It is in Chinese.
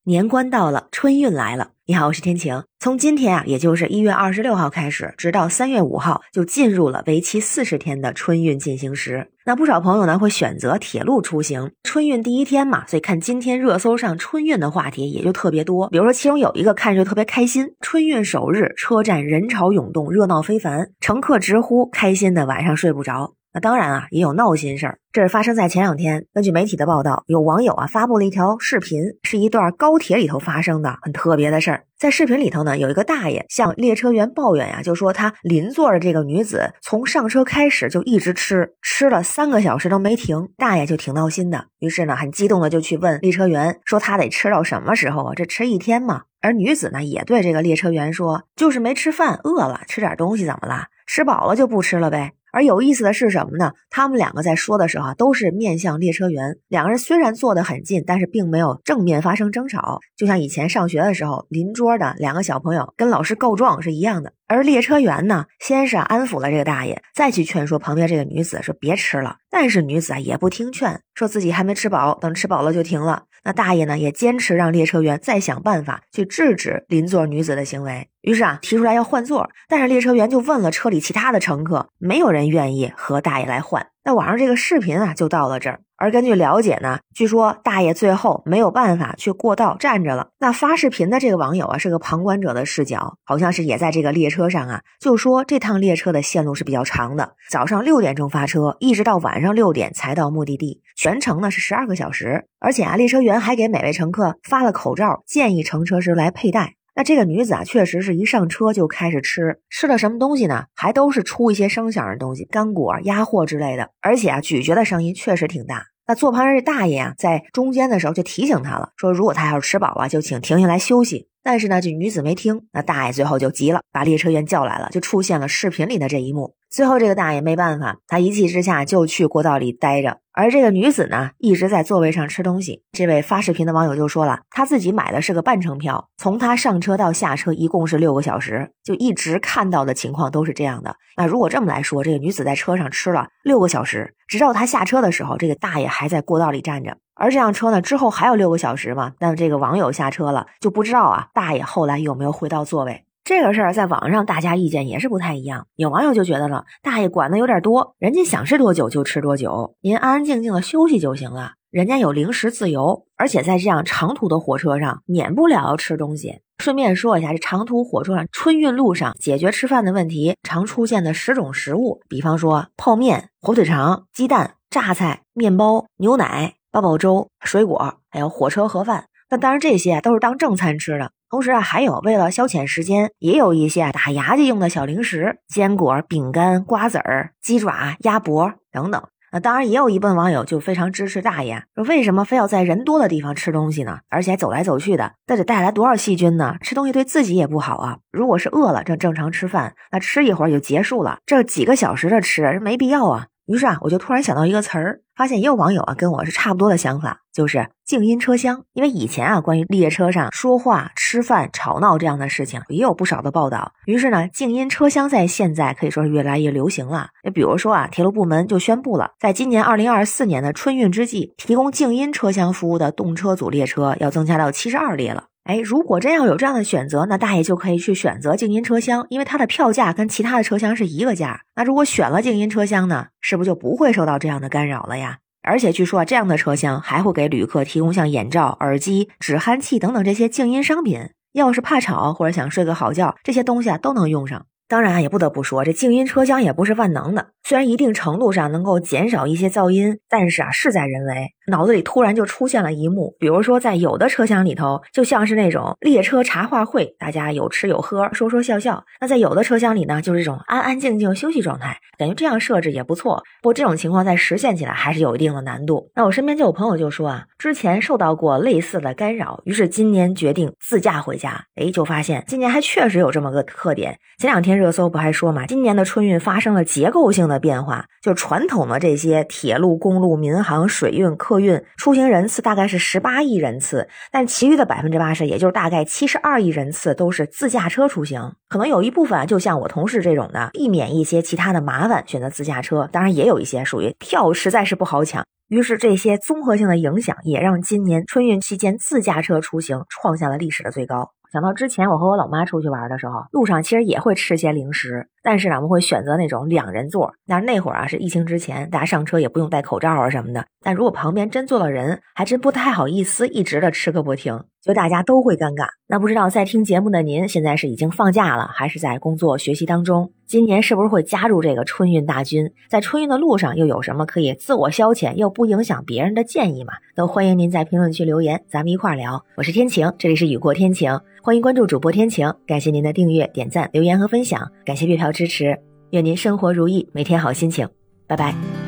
年关到了，春运来了。你好，我是天晴。从今天也就是1月26号开始，直到3月5号，就进入了为期40天的春运进行时。那不少朋友呢会选择铁路出行，春运第一天嘛，所以看今天热搜上春运的话题也就特别多。比如说其中有一个看着特别开心，春运首日车站人潮涌动，热闹非凡，乘客直呼开心的晚上睡不着。那当然也有闹心事儿。这是发生在前2天，根据媒体的报道，有网友发布了一条视频，是一段高铁里头发生的很特别的事儿。在视频里头呢，有一个大爷向列车员抱怨就说他邻座的这个女子从上车开始就一直吃了3个小时都没停，大爷就挺闹心的。于是呢，很激动的就去问列车员，说他得吃到什么时候啊？这吃1天吗？而女子呢也对这个列车员说，就是没吃饭，饿了，吃点东西怎么了？吃饱了就不吃了呗。而有意思的是什么呢？他们两个在说的时候都是面向列车员，两个人虽然坐得很近，但是并没有正面发生争吵，就像以前上学的时候邻桌的2个小朋友跟老师告状是一样的。而列车员呢，先是安抚了这个大爷，再去劝说旁边这个女子说别吃了，但是女子也不听劝，说自己还没吃饱，等吃饱了就停了。那大爷呢也坚持让列车员再想办法去制止邻座女子的行为，于是提出来要换座，但是列车员就问了车里其他的乘客，没有人愿意和大爷来换。那网上这个视频就到了这儿。而根据了解呢，据说大爷最后没有办法去过道站着了。那发视频的这个网友是个旁观者的视角，好像是也在这个列车上就说这趟列车的线路是比较长的，早上6点钟发车，一直到晚上6点才到目的地，全程呢是12个小时。而且列车员还给每位乘客发了口罩，建议乘车时来佩戴。那这个女子确实是一上车就开始吃了什么东西呢？还都是出一些声响的东西，干果、鸭货之类的，而且咀嚼的声音确实挺大。那坐旁边这大爷在中间的时候就提醒他了，说如果他要是吃饱就请停下来休息。但是呢，这女子没听，那大爷最后就急了，把列车员叫来了，就出现了视频里的这一幕。最后这个大爷没办法，他一气之下就去过道里待着，而这个女子呢一直在座位上吃东西。这位发视频的网友就说了，他自己买的是个半程票，从他上车到下车一共是6个小时，就一直看到的情况都是这样的。那如果这么来说，这个女子在车上吃了6个小时，直到他下车的时候，这个大爷还在过道里站着。而这辆车呢之后还有6个小时嘛，但这个网友下车了，就不知道大爷后来有没有回到座位。这个事儿在网上大家意见也是不太一样，有网友就觉得了，大爷管的有点多，人家想吃多久就吃多久，您安安静静的休息就行了，人家有零食自由，而且在这样长途的火车上免不了要吃东西。顺便说一下，这长途火车上春运路上解决吃饭的问题常出现的10种食物，比方说泡面、火腿肠、鸡蛋、榨菜、面包、牛奶、八宝粥、水果，还有火车盒饭。那当然这些都是当正餐吃的，同时还有为了消遣时间，也有一些打牙祭用的小零食，坚果、饼干、瓜子儿、鸡爪、鸭脖等等。那当然也有一部分网友就非常支持大爷，说为什么非要在人多的地方吃东西呢？而且还走来走去的，那得带来多少细菌呢？吃东西对自己也不好啊。如果是饿了正常吃饭，那吃一会儿就结束了，这几个小时的吃没必要啊。于是我就突然想到一个词儿，发现也有网友跟我是差不多的想法，就是静音车厢。因为以前关于列车上说话、吃饭、吵闹这样的事情也有不少的报道，于是呢，静音车厢在现在可以说是越来越流行了。比如说铁路部门就宣布了，在今年2024年的春运之际，提供静音车厢服务的动车组列车要增加到72列了。如果真要有这样的选择，那大爷就可以去选择静音车厢，因为它的票价跟其他的车厢是一个价。那如果选了静音车厢呢，是不是就不会受到这样的干扰了呀？而且据说这样的车厢还会给旅客提供像眼罩、耳机、止鼾器等等这些静音商品，要是怕吵或者想睡个好觉，这些东西都能用上。当然也不得不说，这静音车厢也不是万能的，虽然一定程度上能够减少一些噪音，但是事在人为。脑子里突然就出现了一幕，比如说在有的车厢里头，就像是那种列车茶话会，大家有吃有喝，说说笑笑。那在有的车厢里呢，就是这种安安静静休息状态，感觉这样设置也不错。不过这种情况在实现起来还是有一定的难度。那我身边就有朋友就说之前受到过类似的干扰，于是今年决定自驾回家。就发现今年还确实有这么个特点。前2天热搜不还说嘛，今年的春运发生了结构性的变化，就传统的这些铁路、公路、民航、水运、客运出行人次大概是18亿人次，但其余的80%，也就是大概72亿人次都是自驾车出行。可能有一部分就像我同事这种的，避免一些其他的麻烦选择自驾车，当然也有一些属于票实在是不好抢， 于是这些综合性的影响也让今年春运期间自驾车出行创下了历史的最高。想到之前我和我老妈出去玩的时候，路上其实也会吃些零食，但是呢我们会选择那种2人座。那会儿啊是疫情之前，大家上车也不用戴口罩啊什么的，但如果旁边真坐了人，还真不太好意思一直的吃个不停，所以大家都会尴尬。那不知道在听节目的您现在是已经放假了，还是在工作学习当中？今年是不是会加入这个春运大军？在春运的路上又有什么可以自我消遣又不影响别人的建议吗？都欢迎您在评论区留言，咱们一块儿聊。我是天晴，这里是雨过天晴，欢迎关注主播天晴，感谢您的订阅、点赞、留言和分享，感谢月票支持，愿您生活如意，每天好心情，拜拜。